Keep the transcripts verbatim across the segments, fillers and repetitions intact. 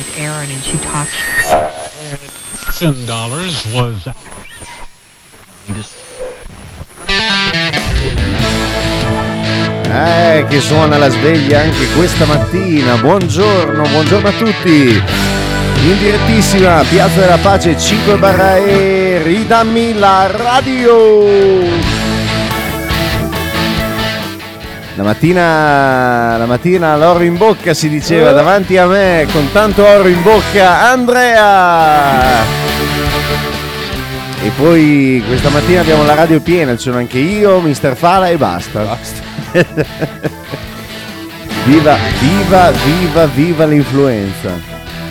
with Aaron and she talks. Ten dollars was. Eh, che suona la sveglia anche questa mattina. Buongiorno, buongiorno a tutti. In direttissima, Piazza della Pace cinque barra E, ridammi la radio. La mattina, la mattina l'oro in bocca si diceva davanti a me, con tanto oro in bocca, Andrea. E poi questa mattina abbiamo la radio piena, ci sono anche io, mister Fala e basta. Basta. Viva, viva, viva, viva l'influenza.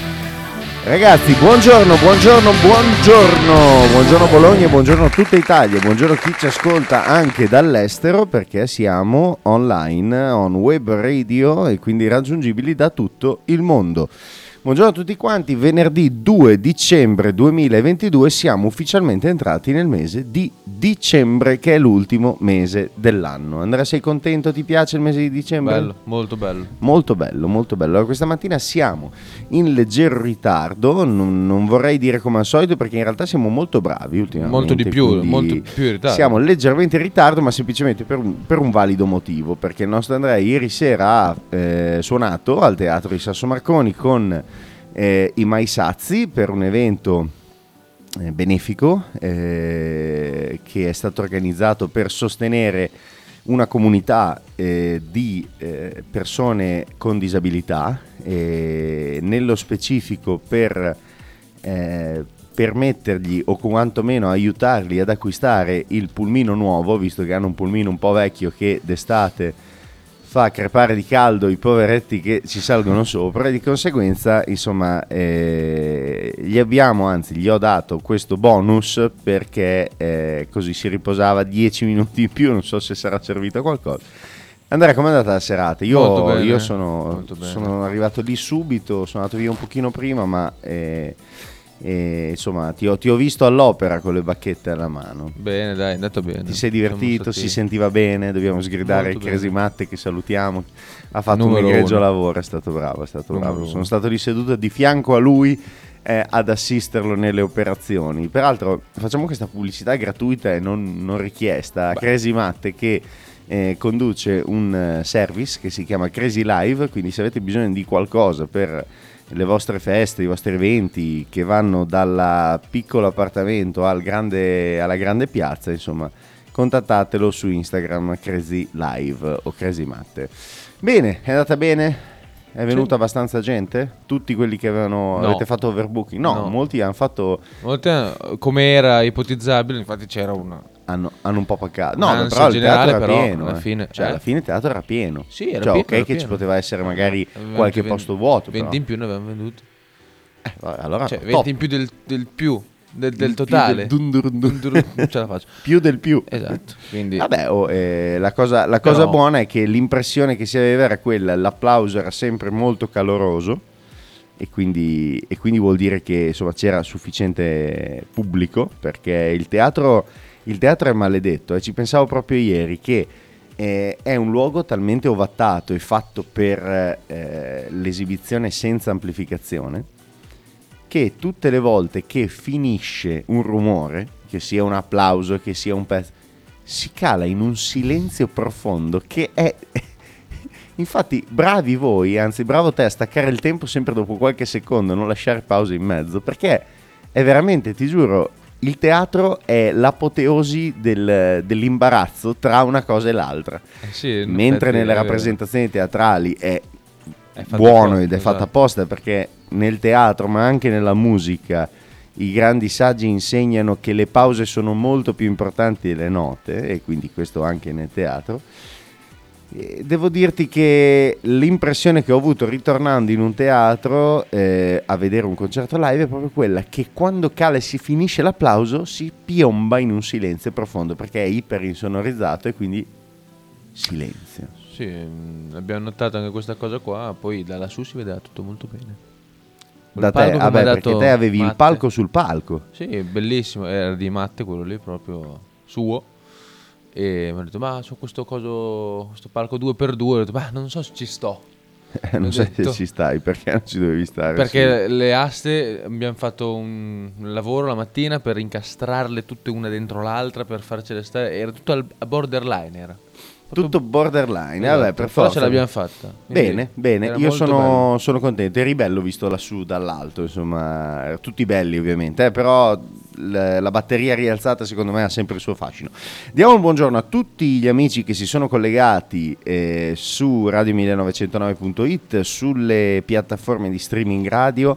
Ragazzi, buongiorno, buongiorno, buongiorno, buongiorno Bologna, buongiorno tutta Italia, buongiorno chi ci ascolta anche dall'estero, perché siamo online, on web radio e quindi raggiungibili da tutto il mondo. Buongiorno a tutti quanti, venerdì due dicembre duemilaventidue siamo ufficialmente entrati nel mese di dicembre, che è l'ultimo mese dell'anno. Andrea, sei contento? Ti piace il mese di dicembre? Bello, molto bello. Molto bello, molto bello. Allora, questa mattina siamo in leggero ritardo, non, non vorrei dire come al solito perché in realtà siamo molto bravi ultimamente. Molto di più, molto più in ritardo. Siamo leggermente in ritardo, ma semplicemente per un, per un valido motivo, perché il nostro Andrea ieri sera ha eh, suonato al Teatro di Sasso Marconi con eh, i Maisazzi per un evento eh, benefico eh, che è stato organizzato per sostenere una comunità eh, di eh, persone con disabilità, eh, nello specifico per eh, permettergli o quantomeno aiutarli ad acquistare il pulmino nuovo, visto che hanno un pulmino un po' vecchio che d'estate fa crepare di caldo i poveretti che ci salgono sopra, e di conseguenza insomma eh, gli abbiamo, anzi gli ho dato questo bonus perché eh, così si riposava dieci minuti in più, non so se sarà servito a qualcosa. Andrea, com'è andata la serata? Io, bene, io sono, molto bene. sono arrivato lì subito, sono andato via un pochino prima, ma eh, eh, insomma ti ho, ti ho visto all'opera con le bacchette alla mano. Bene, dai, è andato bene. Ti sei divertito? Stati... Si sentiva bene? Dobbiamo sgridare il Molto Crazy bene. Matte che salutiamo. Ha fatto Numero un egregio uno. lavoro, è stato bravo, è stato Numero bravo. uno. Sono stato lì seduto di fianco a lui eh, ad assisterlo nelle operazioni. Peraltro facciamo questa pubblicità gratuita e non, non richiesta a Crazy Matte, che eh, conduce un uh, service che si chiama Crazy Live, quindi se avete bisogno di qualcosa per le vostre feste, i vostri eventi che vanno dal piccolo appartamento al grande, alla grande piazza, insomma, contattatelo su Instagram, Crazy Live o Crazy Matte. Bene, è andata bene? È venuta Sì. abbastanza gente? Tutti quelli che avevano No. avete fatto overbooking? No, No. molti hanno fatto Molte, come era ipotizzabile, infatti c'era una... hanno, hanno un po' paccato. No, Un'ansia però il teatro generale, era però, pieno. alla eh. fine- cioè, eh. alla fine il teatro era pieno. Sì, era cioè, pieno, ok era che ci pieno. poteva essere magari Avevamo qualche venti posto vuoto, venti però. in più ne avevamo venduti. Eh, vabbè, allora Cioè, top. venti in più del, del più, del, del Il più totale. del dun dun dun. Dun dun, non ce la faccio. Più del più. Esatto. Quindi Vabbè, oh, eh, la cosa, la cosa Però- buona è che l'impressione che si aveva era quella, l'applauso era sempre molto caloroso e quindi, e quindi vuol dire che insomma c'era sufficiente pubblico, perché il teatro, il teatro è maledetto, e ci pensavo proprio ieri che eh, è un luogo talmente ovattato e fatto per eh, l'esibizione senza amplificazione, che tutte le volte che finisce un rumore, che sia un applauso, che sia un pezzo, si cala in un silenzio profondo che è... Infatti bravi voi, anzi bravo te a staccare il tempo sempre dopo qualche secondo, non lasciare pause in mezzo, perché è veramente, ti giuro, il teatro è l'apoteosi del, dell'imbarazzo tra una cosa e l'altra. eh sì, in Mentre effetti nelle è vero. rappresentazioni teatrali è È fatto buono apposta, ed è fatto esatto. apposta, perché nel teatro ma anche nella musica i grandi saggi insegnano che le pause sono molto più importanti delle note, e quindi questo anche nel teatro. E devo dirti che l'impressione che ho avuto ritornando in un teatro eh, a vedere un concerto live è proprio quella che quando cala e si finisce l'applauso si piomba in un silenzio profondo, perché è iper insonorizzato e quindi silenzio. Sì, mh, abbiamo notato anche questa cosa qua, poi da lassù si vedeva tutto molto bene. Quel Da te, palco che vabbè, m'ha perché dato te avevi il Matte. palco sul palco. Sì, bellissimo, era di Matte quello lì, proprio suo. E mi ha detto, ma su questo coso, questo palco due per due, ho detto, ma non so se ci sto. Eh, non so detto. se ci stai, perché non ci dovevi stare. Perché le aste abbiamo fatto un lavoro la mattina per incastrarle tutte una dentro l'altra per farcele stare. Era tutto al a borderline. Era Sì. Tutto borderline, Esatto, vabbè, per però forza. ce l'abbiamo fatta. Quindi Bene, bene, era io molto bello. sono, sono contento. Eri bello visto lassù dall'alto, insomma, tutti belli ovviamente, eh, però l- la batteria rialzata secondo me ha sempre il suo fascino. Diamo un buongiorno a tutti gli amici che si sono collegati eh, su radio millenovecentonove punto it, sulle piattaforme di streaming radio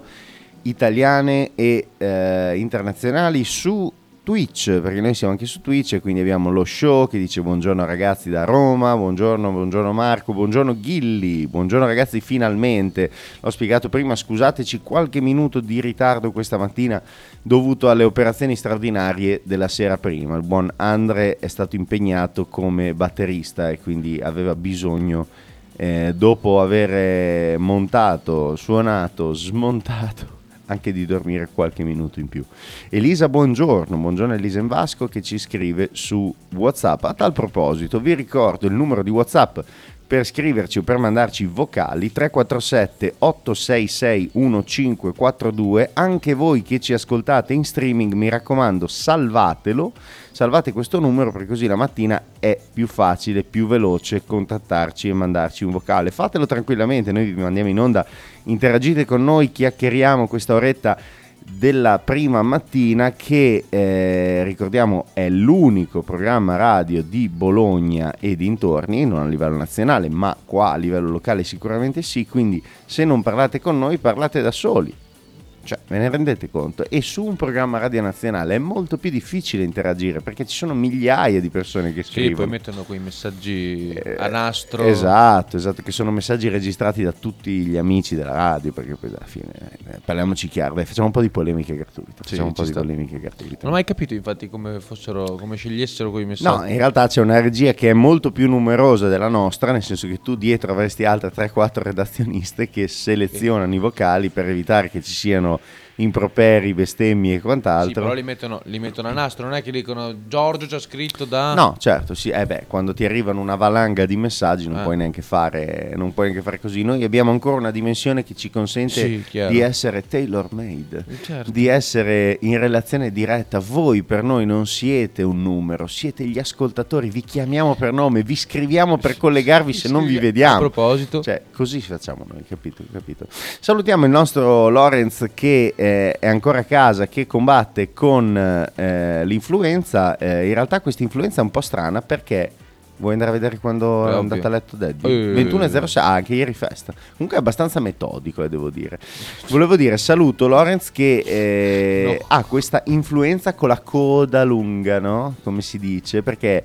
italiane e eh, internazionali, su Twitch, perché noi siamo anche su Twitch e quindi abbiamo lo show che dice buongiorno ragazzi da Roma, buongiorno, buongiorno Marco, buongiorno Ghilli, buongiorno ragazzi finalmente, l'ho spiegato prima, scusateci qualche minuto di ritardo questa mattina dovuto alle operazioni straordinarie della sera prima, il buon Andre è stato impegnato come batterista e quindi aveva bisogno, eh, dopo aver montato, suonato, smontato, anche di dormire qualche minuto in più. Elisa, buongiorno, buongiorno Elisa in Vasco che ci scrive su WhatsApp. A tal proposito vi ricordo il numero di WhatsApp per scriverci o per mandarci vocali tre quattro sette otto sei sei uno cinque quattro due. Anche voi che ci ascoltate in streaming, mi raccomando, salvatelo, salvate questo numero perché così la mattina è più facile, più veloce contattarci e mandarci un vocale. Fatelo tranquillamente, noi vi mandiamo in onda, interagite con noi, chiacchieriamo questa oretta della prima mattina che eh, ricordiamo è l'unico programma radio di Bologna e dintorni, non a livello nazionale ma qua a livello locale sicuramente sì, quindi se non parlate con noi parlate da soli, cioè ve ne rendete conto? E su un programma radio nazionale è molto più difficile interagire perché ci sono migliaia di persone che Sì, scrivono. poi mettono quei messaggi a nastro. Esatto, esatto, che sono messaggi registrati da tutti gli amici della radio, perché poi alla fine eh, parliamoci chiaro, dai, facciamo un po' di polemiche gratuite, Sì, facciamo un po' ci di sta. polemiche gratuite. Non ho mai capito infatti come fossero, come scegliessero quei messaggi. No, in realtà c'è una regia che è molto più numerosa della nostra, nel senso che tu dietro avresti altre tre quattro redazioniste che selezionano i vocali per evitare che ci siano improperi, bestemmie e quant'altro. Sì, però li mettono, li mettono a nastro, non è che dicono Giorgio ci ha scritto da... No, certo, sì, eh beh, quando ti arrivano una valanga di messaggi non Eh. puoi neanche fare, non puoi neanche fare così. Noi abbiamo ancora una dimensione che ci consente Sì, chiaro. di essere tailor made, Certo. di essere in relazione diretta. Voi per noi non siete un numero, siete gli ascoltatori, vi chiamiamo per nome, vi scriviamo per collegarvi se non vi vediamo. A proposito, Cioè, così facciamo noi, capito? capito? Salutiamo il nostro Lorenz che eh, è ancora a casa, che combatte con eh, l'influenza. Eh, in realtà questa influenza è un po' strana perché... Vuoi andare a vedere quando È è ovvio. andato a letto Daddy? Eh. ventuno e zero sei, ah, anche ieri festa. Comunque è abbastanza metodico, eh, devo dire. Volevo dire, saluto Lorenz che eh, No. ha questa influenza con la coda lunga, no? Come si dice, perché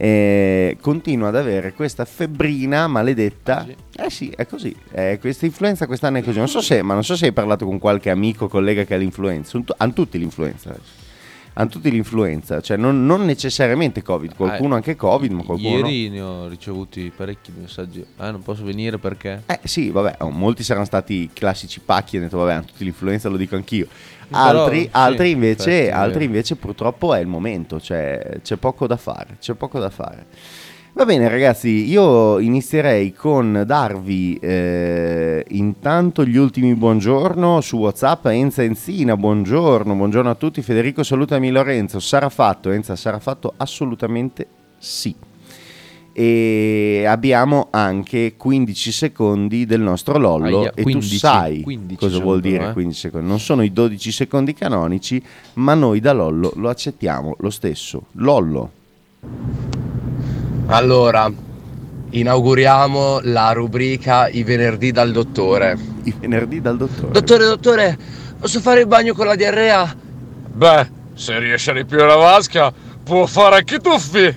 eh, continua ad avere questa febbrina maledetta. Sì. Eh sì, è così. Eh, questa influenza quest'anno è così. Non so se, ma non so se hai parlato con qualche amico, collega che ha l'influenza. Un tu- Hanno tutti l'influenza adesso. Hanno tutti l'influenza, cioè non, non necessariamente Covid, qualcuno Ah, anche Covid, ma qualcuno no. ieri ne ho ricevuti parecchi messaggi. Ah, non posso venire perché? Eh sì, vabbè, oh, molti saranno stati i classici pacchi e hanno detto vabbè, hanno tutti l'influenza, lo dico anch'io. Però, Altri, sì, altri, invece, infatti, è altri vero. invece purtroppo è il momento, cioè c'è poco da fare, c'è poco da fare. Va bene ragazzi, io inizierei con darvi eh, intanto gli ultimi buongiorno su WhatsApp. Enza Enzina, buongiorno, buongiorno a tutti. Federico salutami Lorenzo, sarà fatto Enza, sarà fatto assolutamente sì. E abbiamo anche quindici secondi del nostro Lollo. Aia, e quindici, tu sai quindici cosa sono vuol però, dire eh. quindici secondi. Non sono i dodici secondi canonici, ma noi da Lollo lo accettiamo lo stesso. Lollo. Allora, inauguriamo la rubrica I venerdì dal dottore. I venerdì dal dottore. Dottore, dottore, posso fare il bagno con la diarrea? Beh, se riesce a riempire la vasca, può fare anche i tuffi.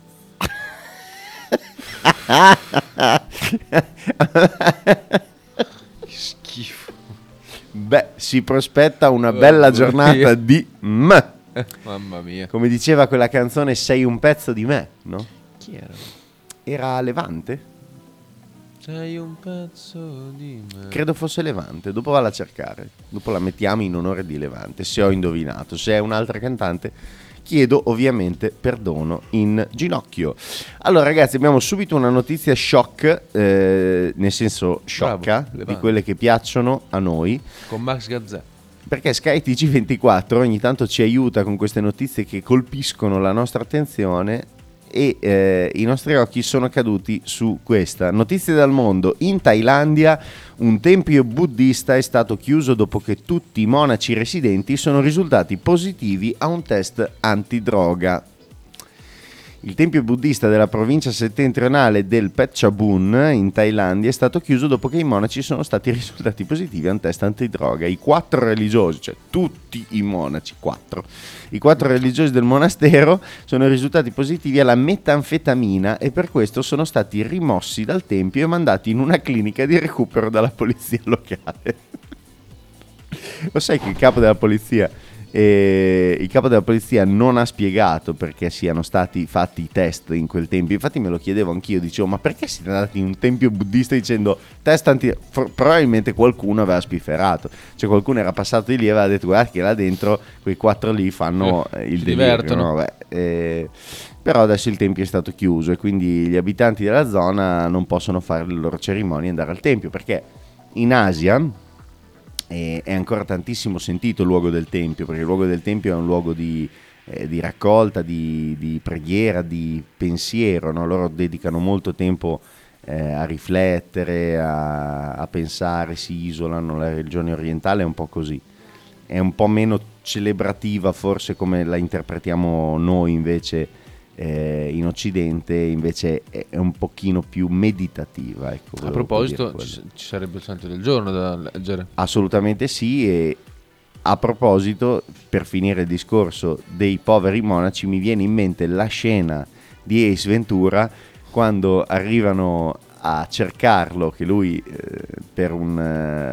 Schifo. Beh, si prospetta una Oh, bella mamma giornata mia. di me. Mamma mia. Come diceva quella canzone Sei un pezzo di me, no? Chi era? Era Levante? Sei un pezzo di me. Credo fosse Levante, dopo vado a cercare. Dopo la mettiamo in onore di Levante, se ho indovinato. Se è un'altra cantante, chiedo ovviamente perdono in ginocchio. Allora ragazzi, abbiamo subito una notizia shock, eh, nel senso sciocca, Bravo, di quelle che piacciono a noi, Con Max Gazzè. perché Sky T G ventiquattro ogni tanto ci aiuta con queste notizie che colpiscono la nostra attenzione e eh, i nostri occhi sono caduti su questa. Notizie dal mondo: in Thailandia un tempio buddista è stato chiuso dopo che tutti i monaci residenti sono risultati positivi a un test antidroga. Il tempio buddista della provincia settentrionale del Phetchabun in Thailandia è stato chiuso dopo che i monaci sono stati risultati positivi a un test antidroga. I quattro religiosi, cioè tutti i monaci, quattro, i quattro religiosi del monastero sono risultati positivi alla metanfetamina e per questo sono stati rimossi dal tempio e mandati in una clinica di recupero dalla polizia locale. Lo sai che il capo della polizia E il capo della polizia non ha spiegato perché siano stati fatti i test in quel tempio. Infatti me lo chiedevo anch'io, dicevo ma perché siete andati in un tempio buddista dicendo test anti... Probabilmente qualcuno aveva spifferato, cioè qualcuno era passato di lì e aveva detto guarda che là dentro quei quattro lì fanno eh, il delirio, divertono. no? Beh, eh, però adesso il tempio è stato chiuso e quindi gli abitanti della zona non possono fare le loro cerimonie e andare al tempio, perché in Asia e è ancora tantissimo sentito il luogo del tempio, perché il luogo del tempio è un luogo di, eh, di raccolta, di, di preghiera, di pensiero, no? Loro dedicano molto tempo eh, a riflettere, a, a pensare, si isolano. La religione orientale è un po' così, è un po' meno celebrativa forse come la interpretiamo noi invece eh, in Occidente, invece è, è un pochino più meditativa, ecco. A proposito, ci, ci sarebbe il santo del giorno da leggere. Assolutamente sì, e a proposito, per finire il discorso dei poveri monaci, mi viene in mente la scena di Ace Ventura quando arrivano a cercarlo, che lui eh, per un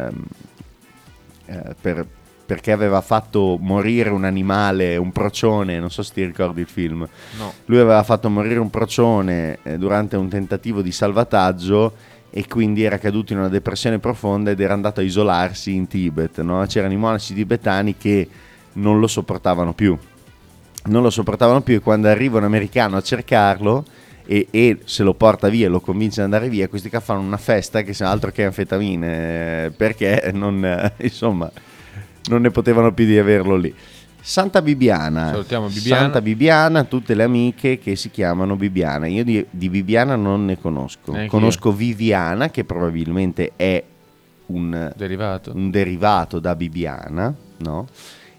eh, per, perché aveva fatto morire un animale, un procione, non so se ti ricordi il film. No. Lui aveva fatto morire un procione eh, durante un tentativo di salvataggio e quindi era caduto in una depressione profonda ed era andato a isolarsi in Tibet, no? C'erano i monaci tibetani che non lo sopportavano più, non lo sopportavano più e quando arriva un americano a cercarlo e, e se lo porta via e lo convince ad andare via, questi qua fanno una festa che sia altro che anfetamine, eh, perché non, eh, insomma, non ne potevano più di averlo lì. Santa Bibiana, Salutiamo Bibiana. Santa Bibiana, tutte le amiche che si chiamano Bibiana. Io di, di Bibiana non ne conosco. Neanche conosco Viviana, che probabilmente è un Derivato. un derivato da Bibiana, no?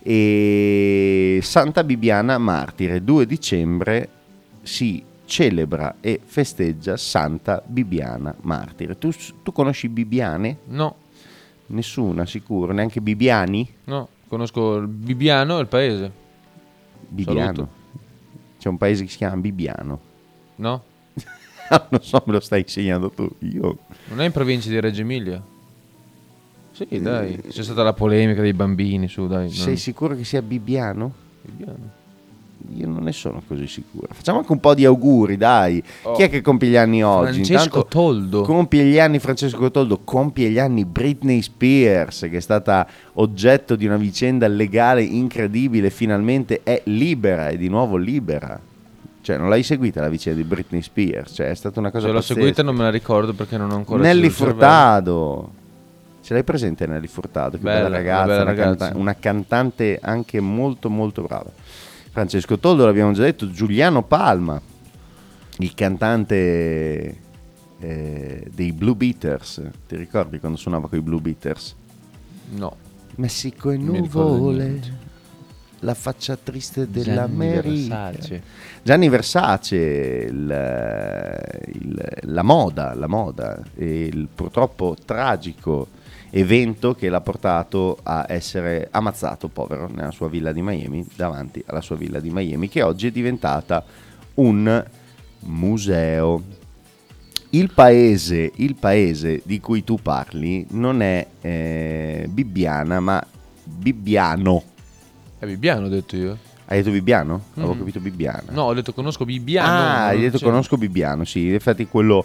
E Santa Bibiana martire, due dicembre si celebra e festeggia Santa Bibiana martire. Tu, tu conosci Bibiane? No, Nessuna, sicuro, neanche Bibiani? no, conosco il Bibbiano e il paese. Bibiano. Saluto. C'è un paese che si chiama Bibbiano. No? Non so, me lo stai insegnando tu. Io Non è in provincia di Reggio Emilia? Sì, dai. C'è stata la polemica dei bambini, su, dai. sei non- sicuro che sia Bibbiano? Bibbiano. Io non ne sono così sicuro. Facciamo anche un po' di auguri, dai. Oh. Chi è che compie gli anni oggi? Francesco Intanto Toldo. compie gli anni Francesco Toldo, compie gli anni Britney Spears, che è stata oggetto di una vicenda legale incredibile, finalmente è libera, è di nuovo libera. Cioè, non l'hai seguita la vicenda di Britney Spears? Cioè, è stata una cosa Se l'ho pazzesca. seguita non me la ricordo perché non ho ancora Nelly acceso il Furtado. Ce l'hai presente Nelly Furtado? Che bella, Bella, ragazza, una bella una, ragazza. canta- una cantante anche molto molto brava. Francesco Toldo l'abbiamo già detto, Giuliano Palma, il cantante eh, dei Blue Beaters. Ti ricordi quando suonava con i Blue Beaters? cervello. No. Messico e Non mi ricordo nuvole, niente. la faccia triste Gianni dell'America. Versace. Gianni Versace, il- il- la moda, la moda, e il purtroppo tragico evento che l'ha portato a essere ammazzato, povero, nella sua villa di Miami, davanti alla sua villa di Miami, che oggi è diventata un museo. Il paese, il paese di cui tu parli non è eh, Bibbiana, ma Bibbiano. È Bibbiano ho detto io. Hai detto Bibbiano? Avevo Mm. capito Bibbiana. No, ho detto conosco Bibbiano. Ah, hai non detto c'è- conosco Bibbiano, sì, infatti quello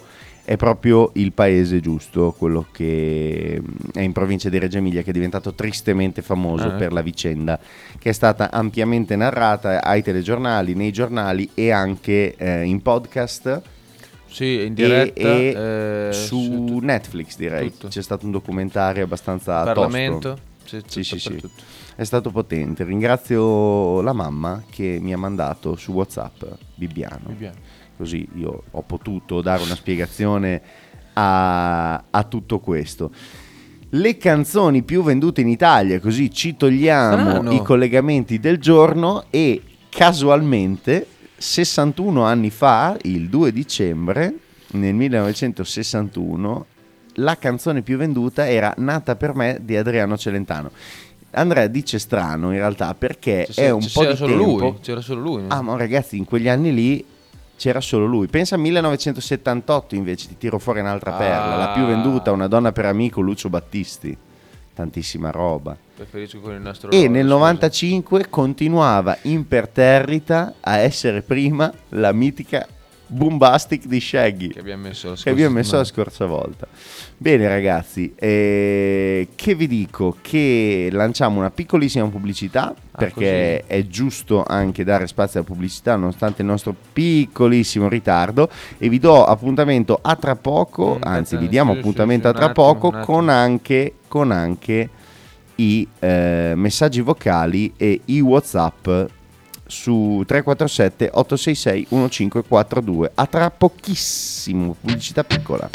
è proprio il paese giusto, quello che è in provincia di Reggio Emilia, che è diventato tristemente famoso Ah, per ecco. la vicenda, che è stata ampiamente narrata ai telegiornali, nei giornali e anche eh, in podcast. Sì, in E, diretta. e eh, su tutto. Netflix, direi. Tutto. C'è stato un documentario abbastanza Parlamento. tosto. Sì, Sì, sì, sì. dappertutto. È stato potente. Ringrazio la mamma che mi ha mandato su WhatsApp Bibbiano. Mi piace. Così io ho potuto dare una spiegazione a, a tutto questo. Le canzoni più vendute in Italia, così ci togliamo Strano. i collegamenti del giorno e casualmente sessantuno anni fa, il due dicembre, nel millenovecentosessantuno, la canzone più venduta era Nata per me di Adriano Celentano. Andrea dice strano in realtà perché C'era- è un po' c'era di solo tempo. lui. C'era solo lui. Ah, ma ragazzi, in quegli anni lì c'era solo lui. Pensa a millenovecentosettantotto invece, ti tiro fuori un'altra Ah. perla. La più venduta, Una donna per amico, Lucio Battisti. Tantissima roba. Preferisco con il nastro E rosa, nel scusa. novantacinque continuava imperterrita a essere prima la mitica Boombastic di Shaggy, Che abbiamo messo la che abbiamo messo la settimana. scorsa volta. Bene ragazzi, eh, che vi dico? Che lanciamo una piccolissima pubblicità, perché è giusto anche dare spazio alla pubblicità nonostante il nostro piccolissimo ritardo, e vi do appuntamento a tra poco, Mm, anzi aspetta, vi diamo sì, appuntamento sì, a sì, tra un attimo, poco un attimo. con anche, con anche i eh, messaggi vocali e i WhatsApp su tre quattro sette otto sei sei uno cinque quattro due. A tra pochissimo, pubblicità piccola.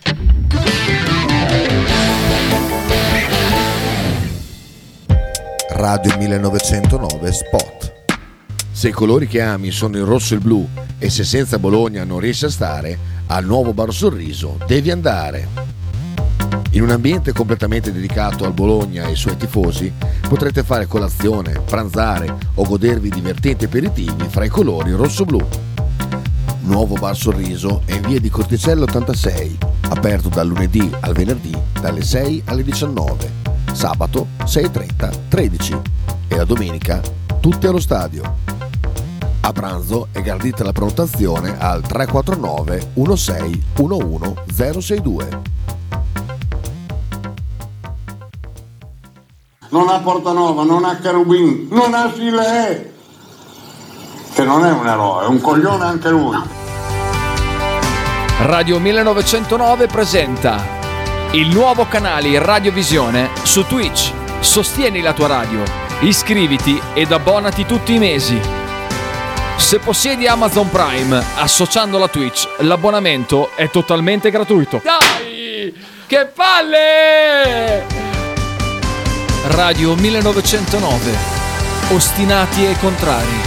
Radio millenovecentonove Spot. Se i colori che ami sono il rosso e il blu e se senza Bologna non riesci a stare, al nuovo Bar Sorriso devi andare. In un ambiente completamente dedicato al Bologna e ai suoi tifosi potrete fare colazione, pranzare o godervi divertenti aperitivi fra i colori rosso-blu. Nuovo Bar Sorriso è in via di Corticello ottantasei, aperto dal lunedì al venerdì dalle sei alle diciannove, sabato sei e trenta tredici e la domenica tutti allo stadio. A pranzo è gradita la prenotazione al tre quattro nove uno sei uno uno zero sei due. Non ha Portanova, non ha Cherubin, non ha Sile, che non è un eroe, è un coglione anche lui. Radio millenovecentonove presenta il nuovo canale Radiovisione su Twitch. Sostieni la tua radio, iscriviti ed abbonati tutti i mesi. Se possiedi Amazon Prime, associandola a Twitch, l'abbonamento è totalmente gratuito. Dai! Che palle! Radio millenovecentonove. Ostinati e contrari.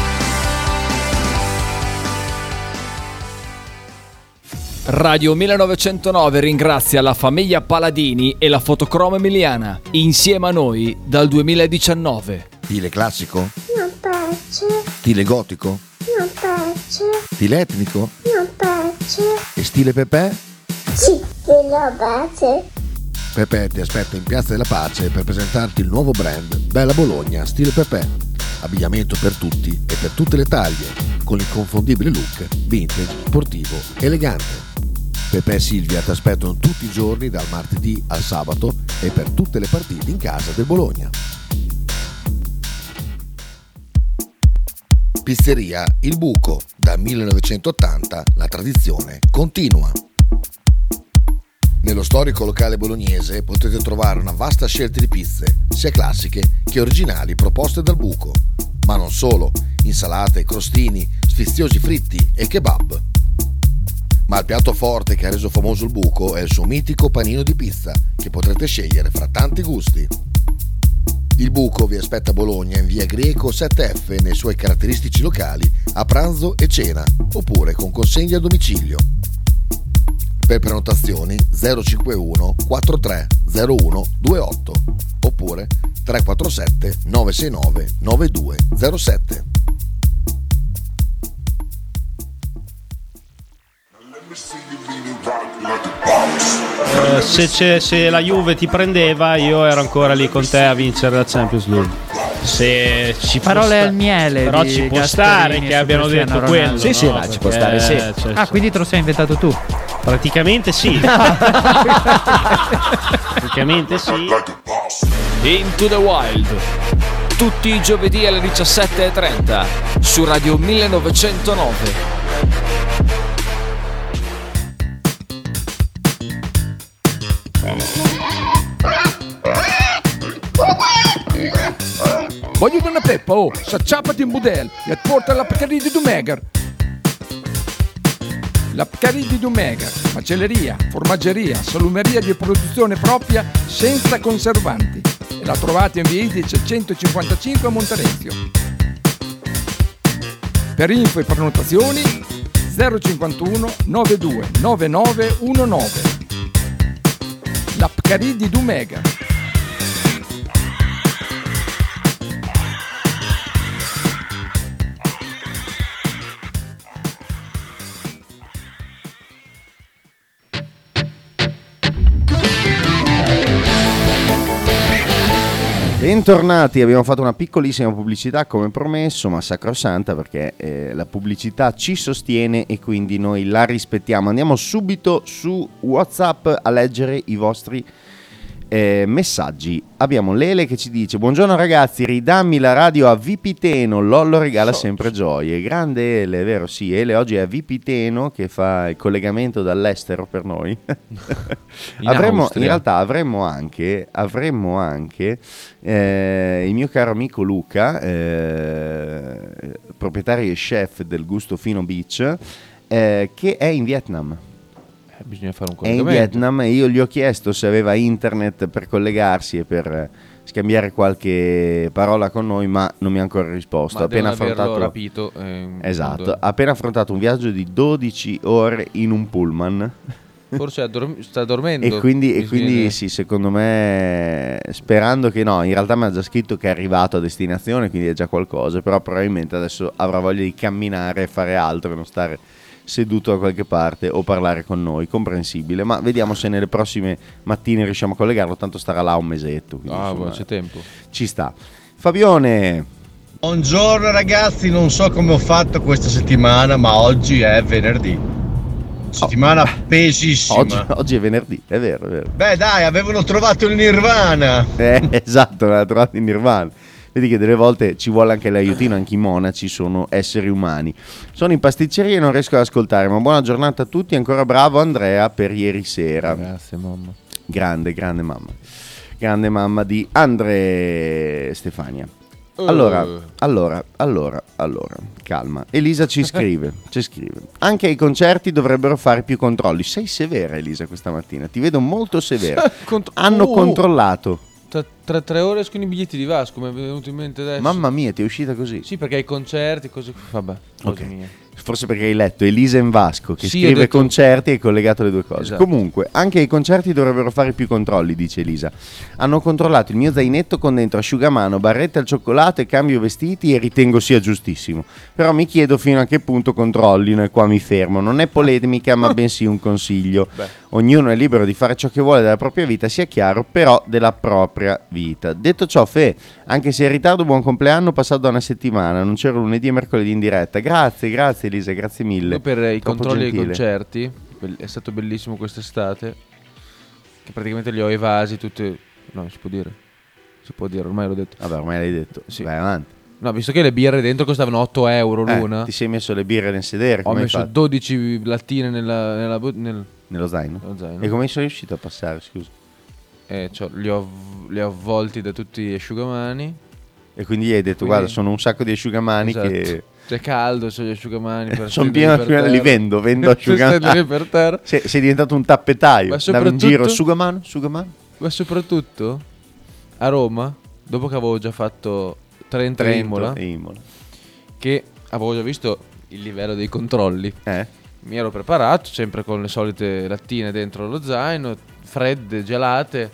Radio millenovecentonove ringrazia la famiglia Paladini e la Fotocromo Emiliana, insieme a noi dal duemiladiciannove. Stile classico? Non piace, Stile gotico? non piace, Stile etnico? non piace. E stile Pepe? Sì, quello piace. Pepe ti aspetta in Piazza della Pace per presentarti il nuovo brand Bella Bologna Stile Pepe. Abbigliamento per tutti e per tutte le taglie, con l'inconfondibile look vintage, sportivo, elegante. Pepe e Silvia ti aspettano tutti i giorni dal martedì al sabato e per tutte le partite in casa del Bologna. Pizzeria Il Buco, dal millenovecentottanta la tradizione continua. Nello storico locale bolognese potete trovare una vasta scelta di pizze, sia classiche che originali proposte dal Buco. Ma non solo, insalate, crostini, sfiziosi fritti e kebab. Ma il piatto forte che ha reso famoso il Buco è il suo mitico panino di pizza, che potrete scegliere fra tanti gusti. Il Buco vi aspetta a Bologna in via Greco sette F nei suoi caratteristici locali a pranzo e cena, oppure con consegna a domicilio. Per prenotazioni zero cinquantuno quarantatré zero uno ventotto oppure tre quattro sette nove sei nove nove due zero sette. Eh, se, c'è- se la Juve ti prendeva, io ero ancora lì con te a vincere la Champions League. Se ci può Parole sta- al miele però di ci può Gasperini stare che su abbiano Cristiano detto Ronaldo. quello. Sì, sì, no? ma ci può Perché, stare, sì. cioè, Ah, quindi te lo sei inventato tu? Praticamente sì. Praticamente sì. Into the Wild, tutti i giovedì alle diciassette e trenta su Radio millenovecentonove. Voglio una peppa, oh, s'acciappati in budel e porta la Pcaridi di Dumegar. La Pcaridi di Dumegar, macelleria, formaggeria, salumeria di produzione propria senza conservanti. E la trovate in via Idice centocinquantacinque a Monterezio. Per info e prenotazioni zero cinquantuno novantadue novantanove diciannove. La Pcaridi di Dumegar. Bentornati, abbiamo fatto una piccolissima pubblicità come promesso, ma sacrosanta perché eh, la pubblicità ci sostiene e quindi noi la rispettiamo. Andiamo subito su WhatsApp a leggere i vostri eh, messaggi. Abbiamo Lele che ci dice: buongiorno ragazzi, ridammi la radio a Vipiteno, Lollo regala sempre gioie. Grande Ele, è vero? Sì, Ele oggi è a Vipiteno che fa il collegamento dall'estero per noi. In avremmo, Austria. in realtà avremmo anche, avremmo anche eh, il mio caro amico Luca, eh, proprietario e chef del Gusto Fino Beach, eh, che è in Vietnam. Bisogna fare un È in collegamento. Vietnam e io gli ho chiesto se aveva internet per collegarsi e per scambiare qualche parola con noi, ma non mi ha ancora risposto. Ma Ha appena devono averlo affrontato rapito, eh, esatto, quando- ha appena affrontato un viaggio di dodici ore in un pullman. Forse addorm- sta dormendo. E quindi, e Mi quindi viene- sì, secondo me, sperando che no, in realtà mi ha già scritto che è arrivato a destinazione, quindi è già qualcosa, però probabilmente adesso avrà voglia di camminare e fare altro e non stare seduto da qualche parte o parlare con noi, comprensibile, ma vediamo se nelle prossime mattine riusciamo a collegarlo, tanto starà là un mesetto. quindi, Ah, insomma, boh, c'è tempo. Ci sta. Fabione, Buongiorno ragazzi, non so come ho fatto questa settimana, ma oggi è venerdì. Settimana pesissima. oggi, oggi è venerdì, è vero, è vero. Beh dai, avevano trovato il Nirvana. Eh, esatto, l'ha trovato in Nirvana. Vedi che delle volte ci vuole anche l'aiutino, anche i monaci sono esseri umani. Sono in pasticceria e non riesco ad ascoltare, ma buona giornata a tutti, ancora bravo Andrea per ieri sera. Grazie mamma. Grande, grande mamma. Grande mamma di Andre Stefania. Allora, allora, allora, allora, calma. Elisa ci scrive, ci scrive. Anche ai concerti dovrebbero fare più controlli. Sei severa Elisa questa mattina, ti vedo molto severa. Contro- Hanno Oh! controllato. Tra, tra tre ore escono i biglietti di Vasco, mi è venuto in mente adesso. Mamma mia, ti è uscita così. Sì, perché ai concerti, cose. Vabbè, cose Ok. mie. Forse perché hai letto Elisa in Vasco che Sì, scrive ho detto- concerti e hai collegato le due cose. Esatto. Comunque, anche i concerti dovrebbero fare più controlli, dice Elisa. Hanno controllato il mio zainetto con dentro asciugamano, barrette al cioccolato e cambio vestiti e ritengo sia giustissimo. Però mi chiedo fino a che punto controllino e qua mi fermo. Non è polemica, ma bensì un consiglio. Beh. Ognuno è libero di fare ciò che vuole della propria vita, sia chiaro, però della propria vita. Detto ciò, Fe, anche se in ritardo, buon compleanno, passato da una settimana. Non c'ero lunedì e mercoledì in diretta. Grazie, grazie Elisa, grazie mille. Io per i Troppo controlli ai gentile. concerti, bell- è stato bellissimo quest'estate. Che praticamente li ho evasi tutti. No, si può dire. Si può dire, ormai l'ho detto. Vabbè, ormai l'hai detto. Sì. Vai avanti. No, visto che le birre dentro costavano otto euro Eh, l'una, ti sei messo le birre nel sedere? ho come hai messo fatto? dodici lattine nella, nella bu- nel, Nello zaino? nello zaino. E come sei riuscito a passare, scusa? Eh, cioè, li, ho, li ho avvolti da tutti gli asciugamani. E quindi gli hai detto, Quindi- guarda, sono un sacco di asciugamani Esatto. che... C'è caldo, sono gli asciugamani per Sono stenderli pieno per pieno, terra. li vendo, vendo Per asciugamani. stenderli per terra. Sei, sei diventato un tappetaio. Ma Andavi in soprattutto- giro, asciugamano, asciugamano. Ma soprattutto a Roma, dopo che avevo già fatto Trento, e Trento Imola, e Imola. che avevo già visto il livello dei controlli, Eh? mi ero preparato sempre con le solite lattine dentro lo zaino, fredde, gelate,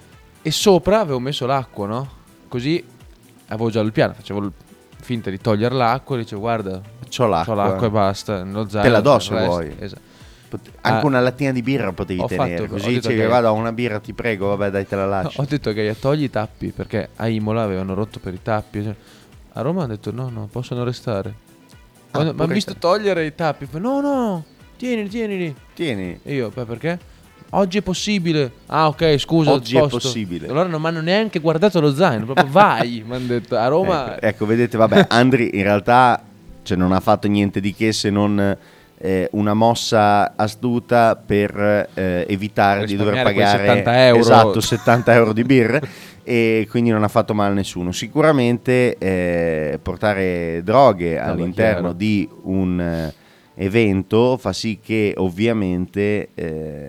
e sopra avevo messo l'acqua, no? Così avevo già il piano, facevo il- finta di togliere l'acqua e dicevo guarda, C'ho l'acqua. c'ho l'acqua e basta, nello zaino. Te la do il se resto- vuoi. Esatto. Pot- Anche Ah, una lattina di birra potevi ho tenere. fatto- ho Così detto dicevi, che- guarda, ho una birra, ti prego, vabbè, dai, te la No, lascio. ho detto che togli i tappi perché a Imola avevano rotto per i tappi. cioè, A Roma hanno detto no, no, possono restare. Ah, Ma mi hanno pure- visto togliere i tappi. fa, No, no, tienili, tienili. Tieni. E io, beh, perché? Oggi è possibile. Ah, ok, scusa. Oggi è posto. possibile. Allora non mi hanno neanche guardato lo zaino. Proprio vai. Mi hanno detto a Roma. Ecco, ecco, vedete, vabbè, Andri in realtà cioè, non ha fatto niente di che se non eh, una mossa astuta per eh, evitare di dover Risparmiare quei pagare settanta euro. esatto, settanta euro di birra e quindi non ha fatto male a nessuno. Sicuramente eh, portare droghe No, all'interno chiaro. di un eh, evento fa sì che ovviamente eh,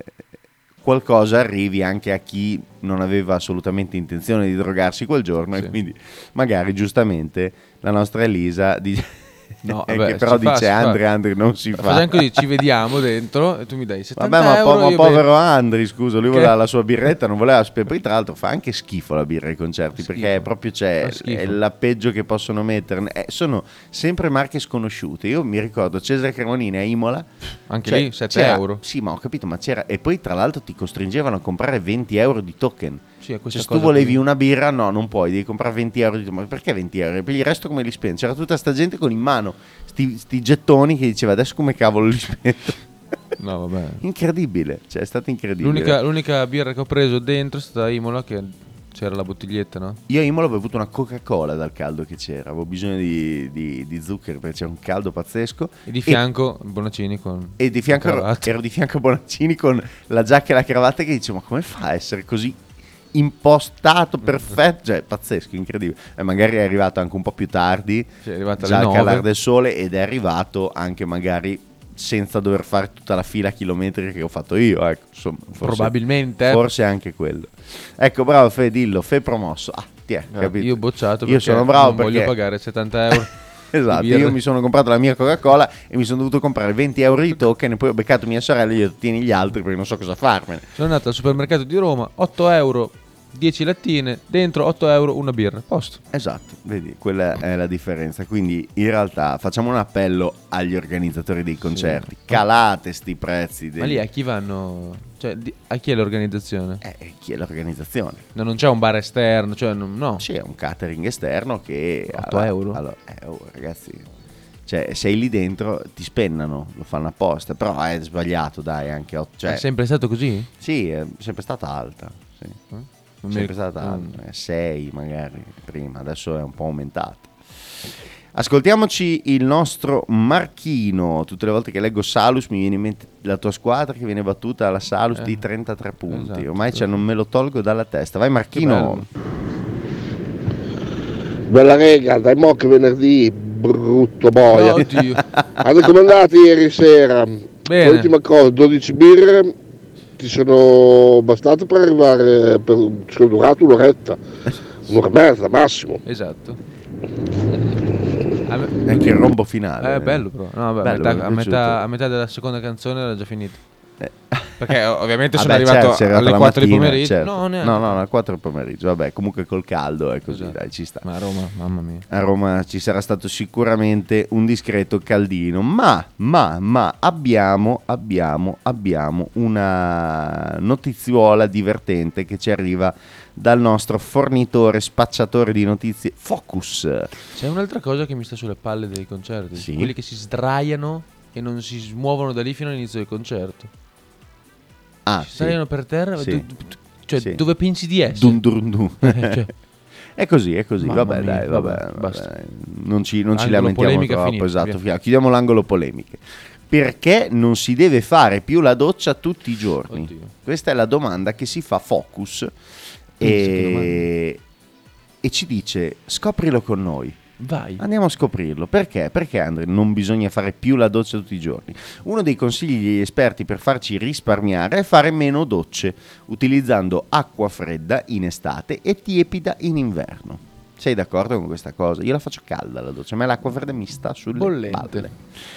qualcosa arrivi anche a chi non aveva assolutamente intenzione di drogarsi quel giorno Sì. e quindi magari giustamente la nostra Elisa dice No, eh, vabbè, che però si fa, dice si fa. Andri Andri non si fa. Facciamo così, ci vediamo dentro e tu mi dai settanta Vabbè, ma, po- euro. ma io povero bevo. Andri, scusa, lui Che? voleva la sua birretta, non voleva spe- poi tra l'altro fa anche schifo la birra ai concerti, Schifo. perché proprio c'è Fa schifo. è la peggio che possono mettere. Eh, sono sempre marche sconosciute. Io mi ricordo Cesare Cremonini a Imola, Anche cioè, lì sette c'era- euro. Sì, ma ho capito, ma c'era e poi tra l'altro ti costringevano a comprare venti euro di token. Sì, è questa Cioè, se tu cosa volevi qui. una birra, no, non puoi, devi comprare venti euro di token. Ma perché venti euro? E per il resto come li spendi? C'era tutta sta gente con in mano sti, sti gettoni che diceva adesso come cavolo li spendo. No, vabbè. Incredibile, cioè è stato incredibile. L'unica, l'unica birra che ho preso dentro è stata Imola, che c'era la bottiglietta, no? Io a Imola ho bevuto una Coca-Cola dal caldo che c'era, avevo bisogno di, di, di zucchero perché c'era un caldo pazzesco. E di fianco Bonaccini con E di fianco la ero, cravatta. ero di fianco a Bonaccini con la giacca e la cravatta che dicevo ma come fa a essere così impostato, perfetto, cioè pazzesco, incredibile. E magari è arrivato anche un po' più tardi, Sì, è arrivato già alle al nove. calar del sole ed è arrivato anche magari senza dover fare tutta la fila chilometrica che ho fatto io, ecco, insomma, forse, Probabilmente. forse anche quello. Ecco, bravo Fe, dillo, Fe promosso. Ah, ti è, Eh, capito? Io ho bocciato Io perché sono bravo non perché voglio pagare settanta euro. esatto, di birra. io mi sono comprato la mia Coca-Cola e mi sono dovuto comprare venti euro di token e poi ho beccato mia sorella e gli ho detto tieni gli altri perché non so cosa farmene. Sono andato al supermercato di Roma, otto euro, dieci lattine, dentro otto euro una birra, posto. Esatto, vedi, quella è la differenza. Quindi in realtà facciamo un appello agli organizzatori dei concerti, calate sti prezzi. Ma lì a chi vanno? Cioè, di- a chi è l'organizzazione? Eh, chi è l'organizzazione? No, non c'è un bar esterno, cioè non- no. C'è un catering esterno che... otto allora- euro? Allora, eh, oh, ragazzi, cioè sei lì dentro, ti spennano, lo fanno apposta, però è sbagliato, dai, anche otto. Cioè, È sempre stato così? Sì, è sempre stata alta. Sì. Non mi Sempre ric- stata non- alta, sei magari prima, adesso è un po' aumentata. Ascoltiamoci il nostro Marchino. Tutte le volte che leggo Salus mi viene in mente la tua squadra che viene battuta alla Salus Eh, di trentatré punti. esatto. Ormai cioè, non me lo tolgo dalla testa. Vai Marchino. Bella rega, dai mo che venerdì, brutto boia. Oddio. Hanno comandato ieri sera. Bene. L'ultima cosa, dodici birre ti sono bastate per arrivare, per, sono durato un'oretta, un'ora e mezza massimo. Esatto. Anche il rombo finale. È bello però. No, vabbè, Bello, a, mi metà, è a, piaciuto. metà, a metà della seconda canzone era già finito. Eh. Perché ovviamente sono Vabbè, arrivato certo, sei arrivato alle la quattro di mattina, pomeriggio. certo. No, neanche. no, no, alle quattro del pomeriggio. Vabbè, comunque col caldo è così, Esatto. dai, ci sta. Ma a Roma, mamma mia. A Roma ci sarà stato sicuramente un discreto caldino, ma, ma, ma abbiamo, abbiamo, abbiamo una notiziuola divertente che ci arriva dal nostro fornitore spacciatore di notizie Focus. C'è un'altra cosa che mi sta sulle palle dei concerti. Sì. Quelli che si sdraiano e non si muovono da lì fino all'inizio del concerto. Ah, si sdraiano per terra. Sì. du- du- cioè, Sì. dove pensi di essere? Dun dun dun. Eh, cioè. È così, è così, Mamma vabbè, mia, dai, vabbè, vabbè, basta. vabbè. Non ci, non ci Angolo lamentiamo polemica troppo, finito, esatto, via. fia- chiudiamo l'angolo polemiche. Perché non si deve fare più la doccia tutti i giorni? Oddio. Questa è la domanda che si fa Focus e, e ci dice scoprilo con noi. Vai. Andiamo a scoprirlo. Perché? Perché Andre non bisogna fare più la doccia tutti i giorni? Uno dei consigli degli esperti per farci risparmiare è fare meno docce, utilizzando acqua fredda in estate e tiepida in inverno. Sei d'accordo con questa cosa? Io la faccio calda la doccia, ma l'acqua fredda mi sta sulle Bollente. palle.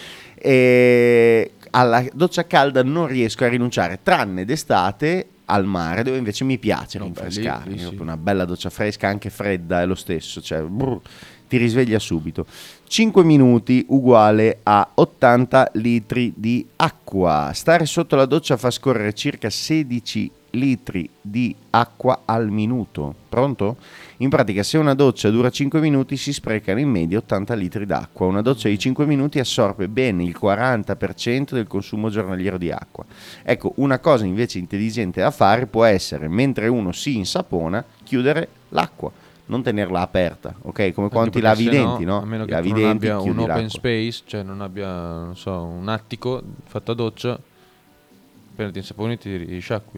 E alla doccia calda non riesco a rinunciare, tranne d'estate al mare, dove invece mi piace No, rinfrescarmi. beh, lì- lì sì. Proprio una bella doccia fresca, anche fredda è lo stesso, cioè brr, ti risveglia subito. cinque minuti uguale a ottanta litri di acqua. Stare sotto la doccia fa scorrere circa sedici litri di acqua al minuto. Pronto? In pratica, se una doccia dura cinque minuti si sprecano in media ottanta litri d'acqua. Una doccia di cinque minuti assorbe bene il quaranta per cento del consumo giornaliero di acqua. Ecco, una cosa invece intelligente da fare può essere, mentre uno si insapona, chiudere l'acqua, non tenerla aperta, ok? Come quando ti lavi i denti, no? A meno Ti che lavi tu i non denti, abbia un chiudi open l'acqua. space, cioè non abbia, non so, un attico fatto a doccia, appena ti insaponi ti risciacqui.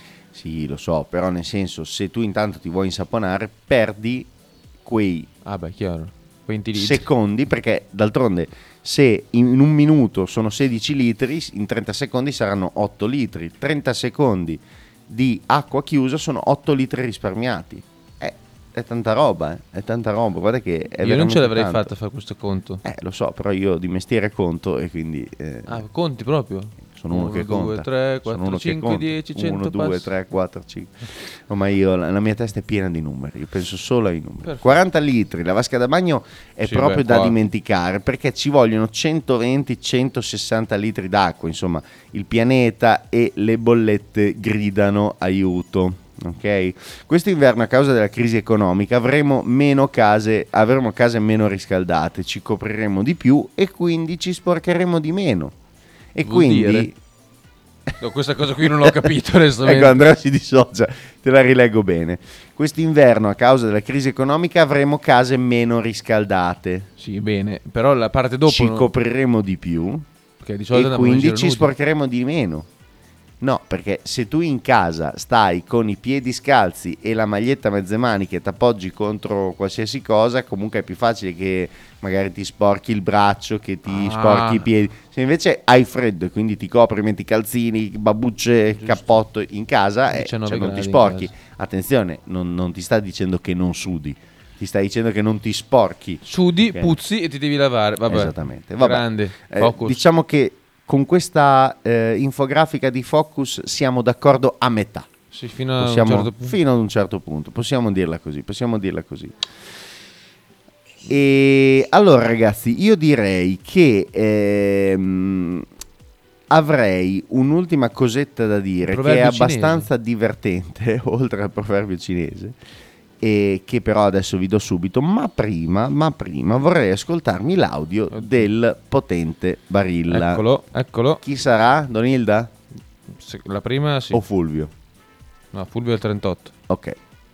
Sì, lo so, però nel senso, se tu intanto ti vuoi insaponare, perdi quei ah beh, chiaro. venti litri. secondi, perché d'altronde se in un minuto sono sedici litri, in trenta secondi saranno otto litri. trenta secondi di acqua chiusa sono otto litri risparmiati. Eh, è tanta roba, eh? È tanta roba, guarda che è Io non ce veramente l'avrei tanto. fatta a fare questo conto. Eh, lo so, però io di mestiere conto e quindi... eh, Ah, conti proprio? sono uno, che conta. due, tre, Sono quattro, uno che cinque, conta. dieci, cento uno, due, passi. tre, quattro, cinque. Oh, ma io, la, la mia testa è piena di numeri, io penso solo ai numeri. Perfetto. quaranta litri, la vasca da bagno è Sì, proprio beh, da qua- dimenticare, perché ci vogliono centoventi centosessanta litri d'acqua, insomma, il pianeta e le bollette gridano aiuto. Ok? Questo inverno, a causa della crisi economica, avremo meno case, avremo case meno riscaldate, ci copriremo di più e quindi ci sporcheremo di meno. E Vuol quindi dire? No, questa cosa qui non l'ho capito onestamente. Ecco, Andrea si dissocia, te la rileggo bene. Quest'inverno, a causa della crisi economica, avremo case meno riscaldate. Sì, bene, però la parte dopo Ci non- copriremo di più Perché di solito e andiamo in quindi giro ci nudi. sporcheremo di meno. No, perché se tu in casa stai con i piedi scalzi e la maglietta a mezze maniche, t'appoggi contro qualsiasi cosa, comunque è più facile che magari ti sporchi il braccio, che ti Ah. sporchi i piedi. Se invece hai freddo e quindi ti copri, metti calzini, babbucce, cappotto in casa, eh, diciannove cioè non ti gradi in sporchi. casa. Attenzione, non, non ti sta dicendo che non sudi, ti sta dicendo che non ti sporchi. Sudi, Ok? puzzi e ti devi lavare. Vabbè. Esattamente. Vabbè. Grande. Eh, Focus. diciamo che con questa eh, infografica di Focus siamo d'accordo a metà. Sì, fino a un Possiamo- certo punto. fino ad un certo punto, possiamo dirla così, possiamo dirla così. E allora ragazzi, io direi che ehm, avrei un'ultima cosetta da dire che è Proverbio abbastanza divertente, oltre al proverbio cinese, e che però adesso vi do subito, ma prima, ma prima vorrei ascoltarmi l'audio del potente Barilla. Eccolo, eccolo. Chi sarà? Donilda? Se- La prima sì. O Fulvio? No, Fulvio è il trentotto. Ok.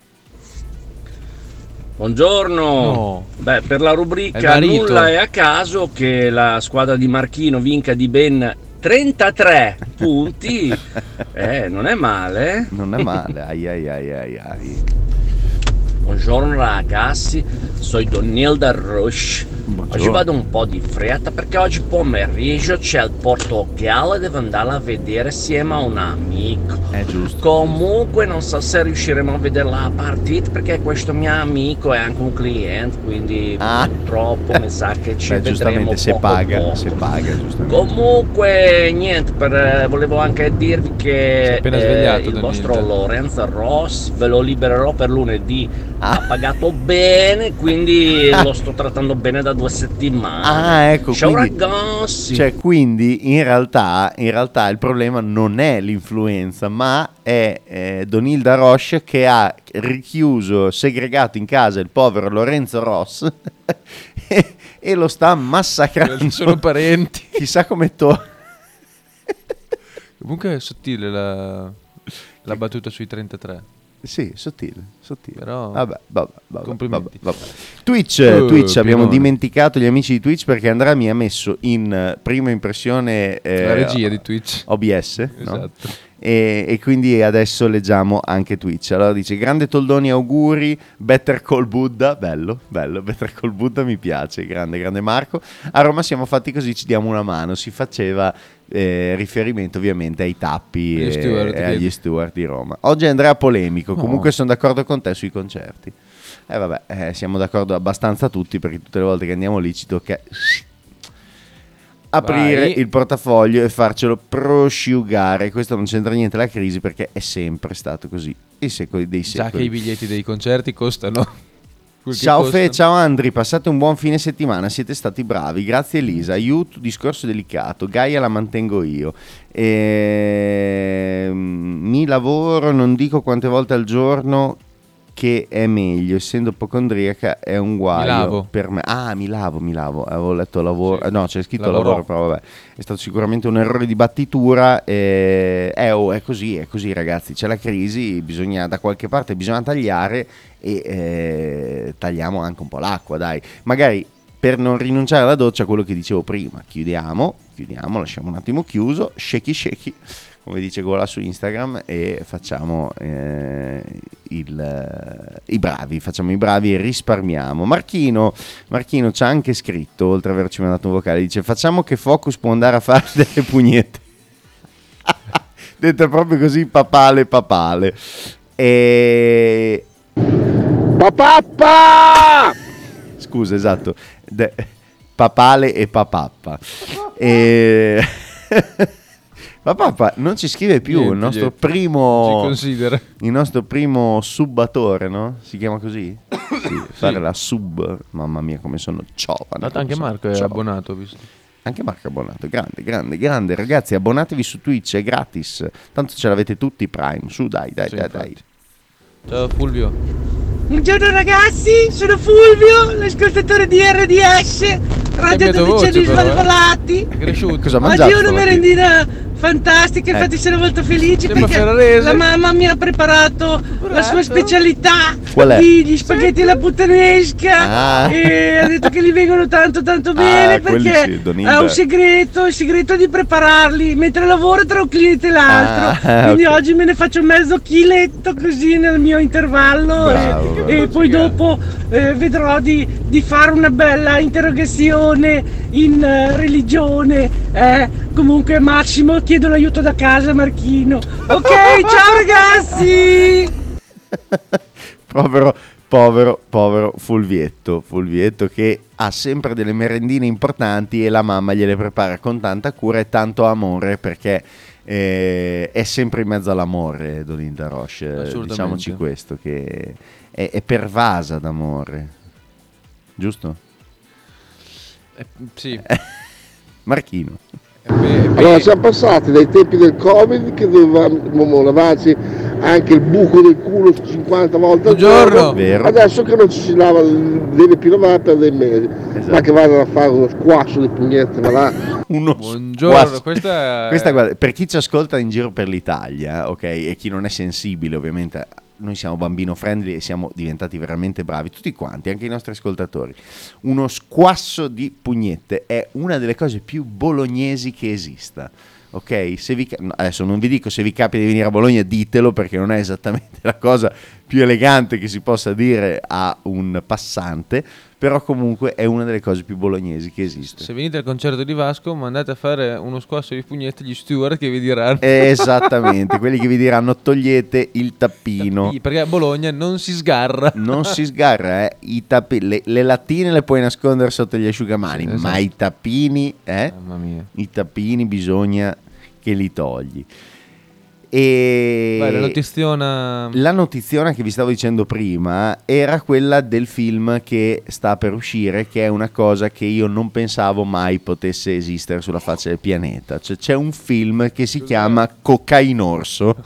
Buongiorno. No. Beh, per la È il rubrica marito. nulla è a caso che la squadra di Marchino vinca di ben trentatré punti. Eh, non è male. Non è male, ai ai ai ai ai. Buongiorno ragazzi, sono Donilda Rush. Oggi vado un po' di fretta perché oggi pomeriggio c'è il Portogallo e devo andare a vedere assieme a un amico. È giusto. Comunque non so se riusciremo a vedere la partita perché questo mio amico è anche un cliente, quindi Ah. purtroppo mi sa che ci Beh, vedremo giustamente se poco paga, dopo. se paga, giustamente. Comunque niente, per, eh, volevo anche dirvi Si che è appena eh, svegliato, il Donilda. vostro Lorenzo Ross ve lo libererò per lunedì. Ah. Ha pagato bene, quindi lo sto trattando bene da due settimane. Ah, ecco, Ciao quindi, ragazzi. cioè, quindi in realtà, in realtà il problema non è l'influenza, ma è eh, Donilda Roche che ha richiuso, segregato in casa il povero Lorenzo Ross e, e lo sta massacrando. Sono parenti. Chissà come to... Comunque è sottile la, la battuta sui trentatré. Sì, sottile, sottile. Però Vabbè, vabbè, vabbè, complimenti. vabbè, vabbè. Twitch, Eh, Twitch abbiamo pienone. dimenticato gli amici di Twitch perché Andrea mi ha messo in eh, prima impressione eh, La regia di Twitch. O B S, no? Esatto. E, e quindi adesso leggiamo anche Twitch. Allora dice: grande Toldoni, auguri. Better Call Buddha, bello, bello. Better Call Buddha mi piace. Grande, grande Marco. A Roma siamo fatti così, ci diamo una mano. Si faceva eh, riferimento ovviamente ai tappi Agli e, steward, e che- agli steward di Roma. Oggi Andrea polemico. No. Comunque sono d'accordo con te sui concerti. E eh, vabbè, eh, siamo d'accordo abbastanza tutti perché tutte le volte che andiamo lì ci tocca aprire Vai. il portafoglio e farcelo prosciugare. Questo non c'entra niente la crisi perché è sempre stato così. I secoli dei Già secoli. che i biglietti dei concerti costano Quel che Ciao costa. Fe, ciao Andri, passate un buon fine settimana, siete stati bravi, grazie Elisa. Aiuto, discorso delicato, Gaia la mantengo io. E... mi lavoro, non dico quante volte al giorno che è meglio, essendo ipocondriaca è un guaio Mi lavo. per me. Ah, mi lavo, mi lavo, avevo letto lavoro, Sì. no c'è scritto Lavorò. lavoro, però vabbè, è stato sicuramente un errore di battitura. E... Eh, oh, è così, è così ragazzi, c'è la crisi, bisogna da qualche parte, bisogna tagliare e eh, tagliamo anche un po' l'acqua, dai, magari per non rinunciare alla doccia, quello che dicevo prima, chiudiamo, chiudiamo, lasciamo un attimo chiuso, shaky shaky, come dice Gola su Instagram, e facciamo eh, il, eh, i bravi, facciamo i bravi e risparmiamo. Marchino, Marchino ci ha anche scritto, oltre ad averci mandato un vocale, dice facciamo che Focus può andare a fare delle pugnette. Detta proprio così, papale papale. E... papappa! Scusa, esatto. De- papale e papappa. E... Papappa non ci scrive più, Niente, il nostro niente. primo Ci considera. il nostro primo subbatore, no? Si chiama così? Sì, fare la sub. Mamma mia, come sono giovane. Anche come Marco sono è giovane. abbonato, ho visto. Anche Marco è abbonato, grande, grande, grande. Ragazzi, abbonatevi su Twitch, è gratis. Tanto ce l'avete tutti Prime. Su, dai, dai, Sì, dai, infatti. dai. Ciao Fulvio. Buongiorno ragazzi, sono Fulvio, l'ascoltatore di R D S, Radio cambiato voce, dodici anni però, eh. svalvolati. È cresciuto. Cosa ha Oggi mangiato è una stamattina? merendina fantastica, infatti Eh. sono molto felice Sembra perché ferrarese. la mamma mi ha preparato la sua specialità, Qual è? di- gli spaghetti alla puttanesca, Ah. e ha detto che li vengono tanto tanto Ah, bene quelli perché sì, Don ha Hilda. un segreto, il segreto è di prepararli mentre lavoro tra un cliente e l'altro, Ah, quindi ok. oggi me ne faccio mezzo chiletto così nel mio intervallo. Bravo, e, bravo. e poi dopo eh, vedrò di, di fare una bella interrogazione in eh, religione. eh. Comunque Massimo, chiedo l'aiuto da casa, Marchino. Ok, ciao ragazzi! Povero, povero, povero Fulvietto, Fulvietto che ha sempre delle merendine importanti e la mamma gliele prepara con tanta cura e tanto amore, perché eh, è sempre in mezzo all'amore Dolinda Roche, Assolutamente. diciamoci questo, che è, è pervasa d'amore, giusto? Eh, sì. Marchino. Allora, siamo passati dai tempi del Covid che dovevamo lavarci anche il buco del culo cinquanta volte al Buongiorno. giorno, Vero. adesso che non ci si lava, deve più lavare per dei mesi, Esatto. ma che vadano a fare uno squasso di pugnette, ma là. Uno Buongiorno, squasso. questa è... Questa, guarda, per chi ci ascolta in giro per l'Italia, ok, e chi non è sensibile, ovviamente, noi siamo bambino friendly e siamo diventati veramente bravi, tutti quanti, anche i nostri ascoltatori. Uno squasso di pugnette è una delle cose più bolognesi che esista. Ok, se vi, no, adesso non vi dico se vi capita di venire a Bologna, ditelo, perché non è esattamente la cosa più elegante che si possa dire a un passante, però comunque è una delle cose più bolognesi che esiste. Se venite al concerto di Vasco, mandate a fare uno squasso di pugnette agli steward che vi diranno. Esattamente, quelli che vi diranno togliete il tappino. Perché a Bologna non si sgarra. Non si sgarra, eh. I tappi- le, le lattine le puoi nascondere sotto gli asciugamani, Sì, esatto. ma i tappini, eh? Mamma mia. I tappini bisogna che li togli. E Vai, la notiziona... la notiziona che vi stavo dicendo prima era quella del film che sta per uscire, che è una cosa che io non pensavo mai potesse esistere sulla faccia del pianeta. Cioè, c'è un film che si chiama Cocainorso.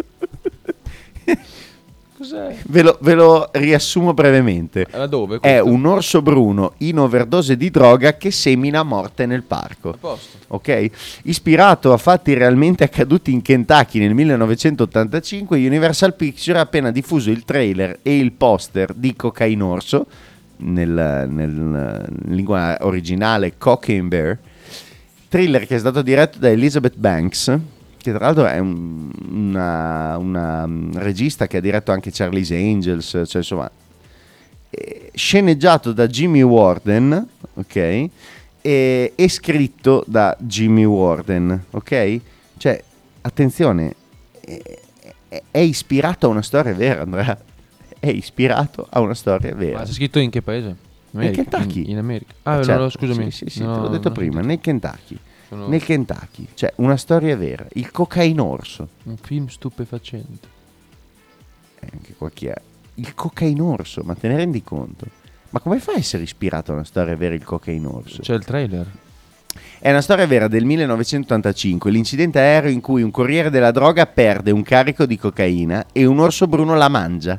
Cos'è? Ve lo, ve lo riassumo brevemente. Da dove? È questo? un orso bruno in overdose di droga che semina morte nel parco. A posto. Ok? Ispirato a fatti realmente accaduti in Kentucky nel millenovecentottantacinque, Universal Pictures ha appena diffuso il trailer e il poster di Cocainorso, nel, nel lingua originale Cocaine Bear, thriller che è stato diretto da Elizabeth Banks, che tra l'altro è un- una, una regista che ha diretto anche Charlie's Angels, cioè insomma, eh, sceneggiato da Jimmy Warden, ok? E, e scritto da Jimmy Warden, ok? Cioè, attenzione, è, è- è ispirato a una storia vera, Andrea. È ispirato a una storia vera. Ma c'è scritto in che paese? America. Nel Kentucky. In, in America. Ah, Certo, no, scusami. Sì, sì, sì, No, te l'ho detto no, prima, nel Kentucky. Sono- Nel Kentucky, cioè una storia vera, il cocainorso. Un film stupefacente. Eh, anche qua chi è? il cocainorso, ma te ne rendi conto? Ma come fai a essere ispirato a una storia vera, il cocainorso? C'è il trailer. È una storia vera del millenovecentottantacinque, l'incidente aereo in cui un corriere della droga perde un carico di cocaina e un orso bruno la mangia.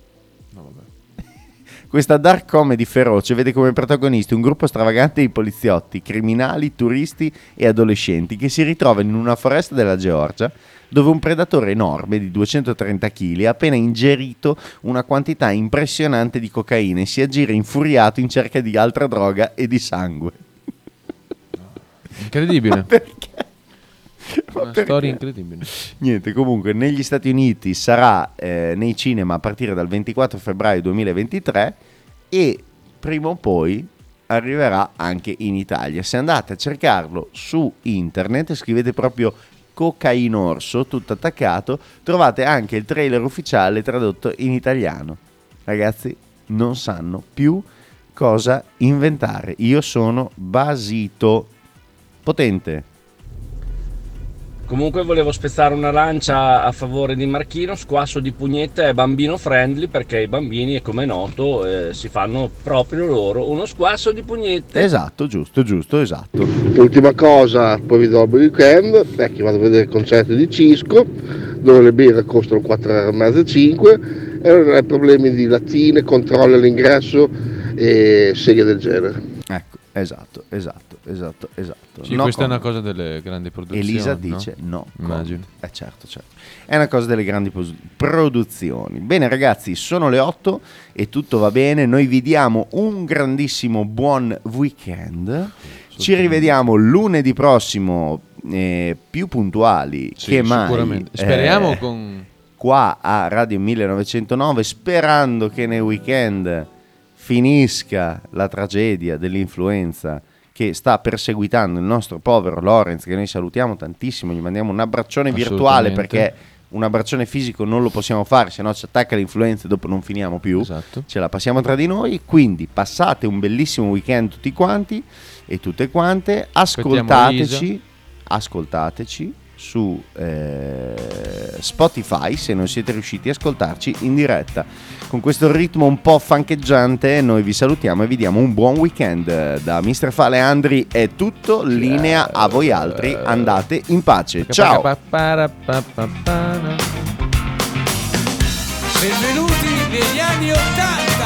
Questa dark comedy feroce vede come protagonisti un gruppo stravagante di poliziotti, criminali, turisti e adolescenti che si ritrovano in una foresta della Georgia dove un predatore enorme di duecentotrenta chili ha appena ingerito una quantità impressionante di cocaina e si aggira infuriato in cerca di altra droga e di sangue. Incredibile. Ma perché? Una perché? storia incredibile. Niente, comunque negli Stati Uniti sarà eh, nei cinema a partire dal ventiquattro febbraio duemilaventitré e prima o poi arriverà anche in Italia. Se andate a cercarlo su internet, scrivete proprio Cocainorso, tutto attaccato, trovate anche il trailer ufficiale tradotto in italiano. Ragazzi, non sanno più cosa inventare. Io sono basito. Potente. Comunque volevo spezzare una lancia a favore di Marchino. Squasso di pugnette è bambino friendly, perché i bambini, come è noto, eh, si fanno proprio loro uno squasso di pugnette. Esatto, giusto, giusto, esatto. Ultima cosa, poi vi do il weekend, è che vado a vedere il concerto di Cisco, dove le birre costano quattro euro e mezzo, cinque, e non hai problemi di lattine, controlli all'ingresso e seghe del genere. Ecco, esatto, esatto, esatto, esatto. Sì, No questa è una comment. cosa delle grandi produzioni. Elisa no? dice no. Immagino. Eh certo, certo. È una cosa delle grandi pos- produzioni. Bene ragazzi, sono le otto e tutto va bene. Noi vi diamo un grandissimo buon weekend. Ci rivediamo lunedì prossimo, eh, più puntuali Sì, che mai. sicuramente. Speriamo eh, con... qua a Radio millenovecentonove, sperando che nel weekend finisca la tragedia dell'influenza che sta perseguitando il nostro povero Lorenz, che noi salutiamo tantissimo, gli mandiamo un abbraccione virtuale, Assolutamente. perché un abbraccione fisico non lo possiamo fare, se no ci attacca l'influenza e dopo non finiamo più. Esatto. Ce la passiamo tra di noi, quindi passate un bellissimo weekend tutti quanti e tutte quante, ascoltateci, ascoltateci su eh, Spotify se non siete riusciti a ascoltarci in diretta. Con questo ritmo un po' funcheggiante noi vi salutiamo e vi diamo un buon weekend. Da mister Fale Andri è tutto, linea a voi altri, andate in pace, ciao. Benvenuti negli anni ottanta,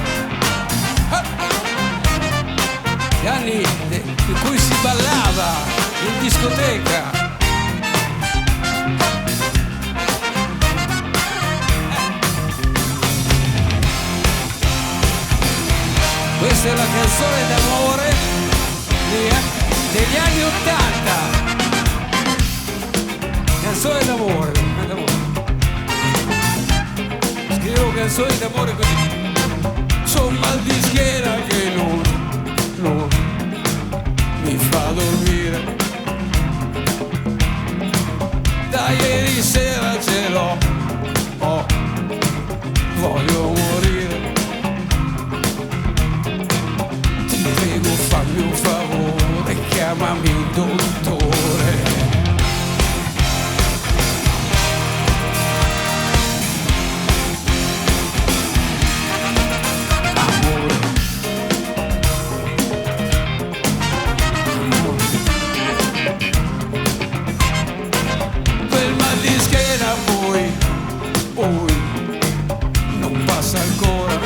gli anni in cui si ballava in discoteca. Questa è la canzone d'amore degli anni ottanta. Canzone d'amore, d'amore. Scrivo canzoni d'amore così. C'ho mal di schiena che non, non mi fa dormire. Da ieri sera ce l'ho, oh, voglio morire. Prego, fammi un favore, chiamami il dottore. Amore, amore. Quel mal di schiena poi, poi non passa ancora.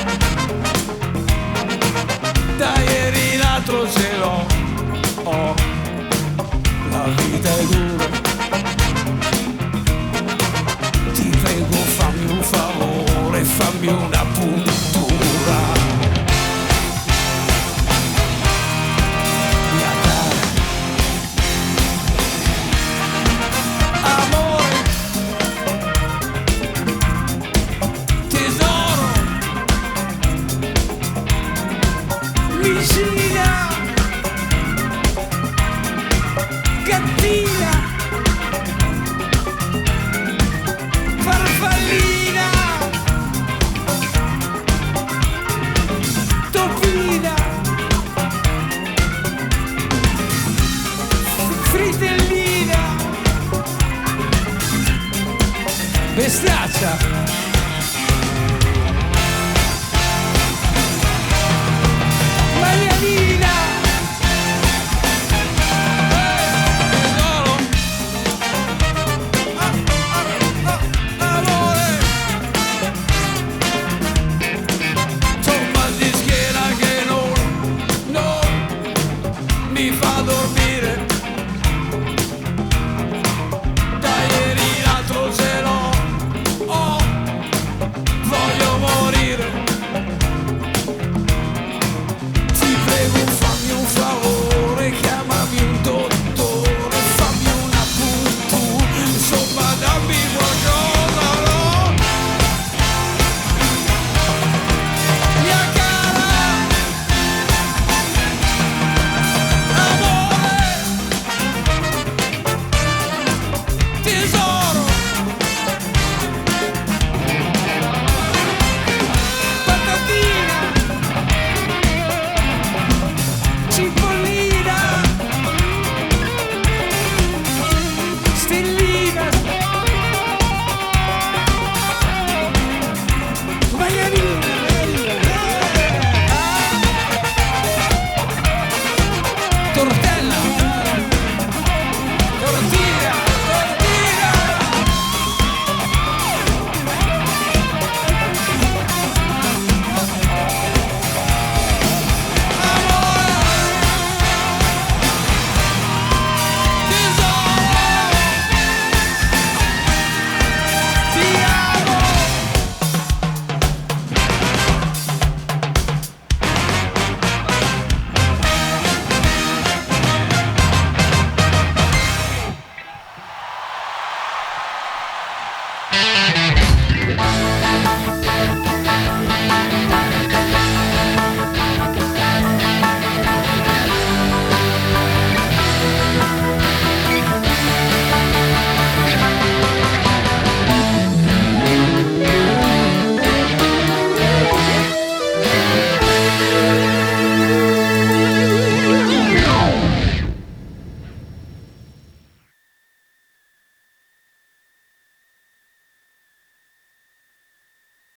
Da ieri l'altro ce l'ho, oh, la vita è dura. Ti prego fammi un favore, fammi una puntura. Natale. Amore, tesoro, vicino.